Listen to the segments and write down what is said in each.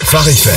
Phare FM.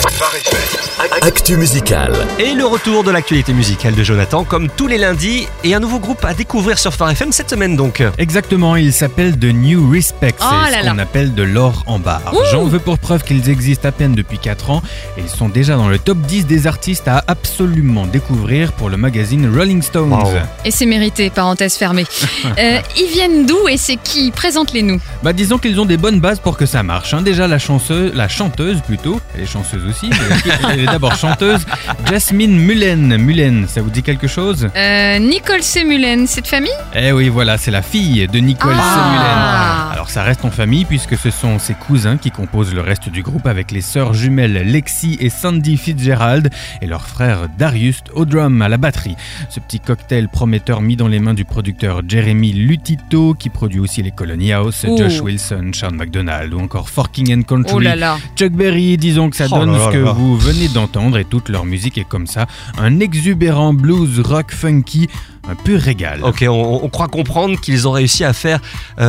Actu musicale. Et le retour de l'actualité musicale de Jonathan, comme tous les lundis, et un nouveau groupe à découvrir sur Phare FM cette semaine donc. Exactement, il s'appelle The New Respect, c'est ce qu'on appelle de l'or en barre. J'en veux pour preuve qu'ils existent à peine depuis 4 ans et ils sont déjà dans le top 10 des artistes à absolument découvrir pour le magazine Rolling Stones. Wow. Et c'est mérité, parenthèse fermée. Ils viennent d'où et c'est qui? Présente-les-nous. Disons qu'ils ont des bonnes bases pour que ça marche. Déjà la chanteuse plutôt, elle est chanceuse aussi, mais elle est d'abord chanteuse, Jasmine Mullen. Mullen, ça vous dit quelque chose? Nicole C. Mullen, c'est de famille? Eh oui, voilà, c'est la fille de Nicole C. Mullen. Alors ça reste en famille puisque ce sont ses cousins qui composent le reste du groupe avec les sœurs jumelles Lexi et Sandy Fitzgerald et leur frère Darius au drum à la batterie. Ce petit cocktail prometteur mis dans les mains du producteur Jeremy Lutito qui produit aussi les Colony House, Josh Wilson, Sean McDonald ou encore Forking and Country. Oh là là. Chuck Berry, disons que ça donne ce que vous venez d'entendre et toute leur musique est comme ça, un exubérant blues rock funky, un pur régal. Ok, on croit comprendre qu'ils ont réussi à faire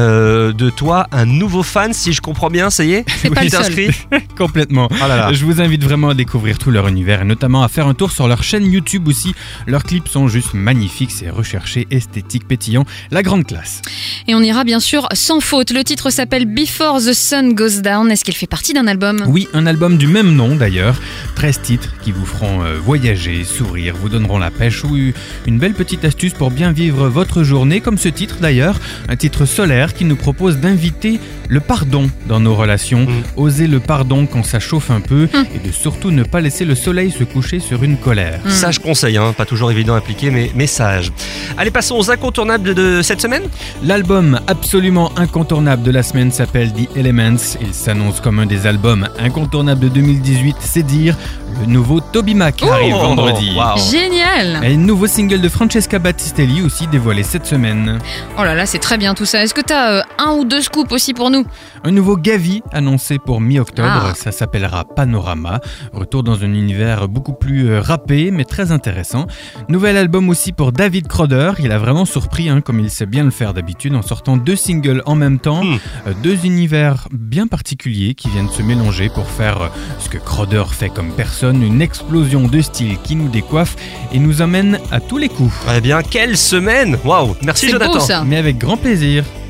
de toi un nouveau fan, si je comprends bien, ça y est? C'est pas le seul. Complètement. Oh là là. Je vous invite vraiment à découvrir tout leur univers et notamment à faire un tour sur leur chaîne YouTube aussi. Leurs clips sont juste magnifiques, c'est recherché, esthétique, pétillant, la grande classe. Et on ira bien sûr sans faute. Le titre s'appelle Before the Sun Goes Down. Est-ce qu'il fait partie d'un album? Oui, un album du même nom d'ailleurs. 13 titres qui vous feront voyager, sourire, vous donneront la pêche ou une belle petite astuce pour bien vivre votre journée, comme ce titre d'ailleurs, un titre solaire qui nous propose d'inviter le pardon dans nos relations, oser le pardon quand ça chauffe un peu et de surtout ne pas laisser le soleil se coucher sur une colère. Sage conseil, pas toujours évident à appliquer, mais sage. Allez, passons aux incontournables de cette semaine. L'album absolument incontournable de la semaine s'appelle The Elements. Il s'annonce comme un des albums incontournables de 2018, c'est dire. Le nouveau Toby Mac arrive vendredi. Wow. Génial. Et le nouveau single de Francesca Battistelli aussi dévoilé cette semaine. Oh là là, c'est très bien tout ça. Est-ce que t'as un ou deux scoops aussi pour nous? Un nouveau Gavi annoncé pour mi-octobre, ça s'appellera Panorama. Retour dans un univers beaucoup plus rappé mais très intéressant. Nouvel album aussi pour David Crowder. Il a vraiment surpris, comme il sait bien le faire d'habitude, en sortant 2 singles en même temps. 2 univers bien particuliers qui viennent se mélanger pour faire ce que Crowder fait comme personne. Une explosion de style qui nous décoiffe et nous amène à tous les coups. Eh bien, quelle semaine! Waouh! Merci C'est Jonathan. beau, ça. Mais avec grand plaisir.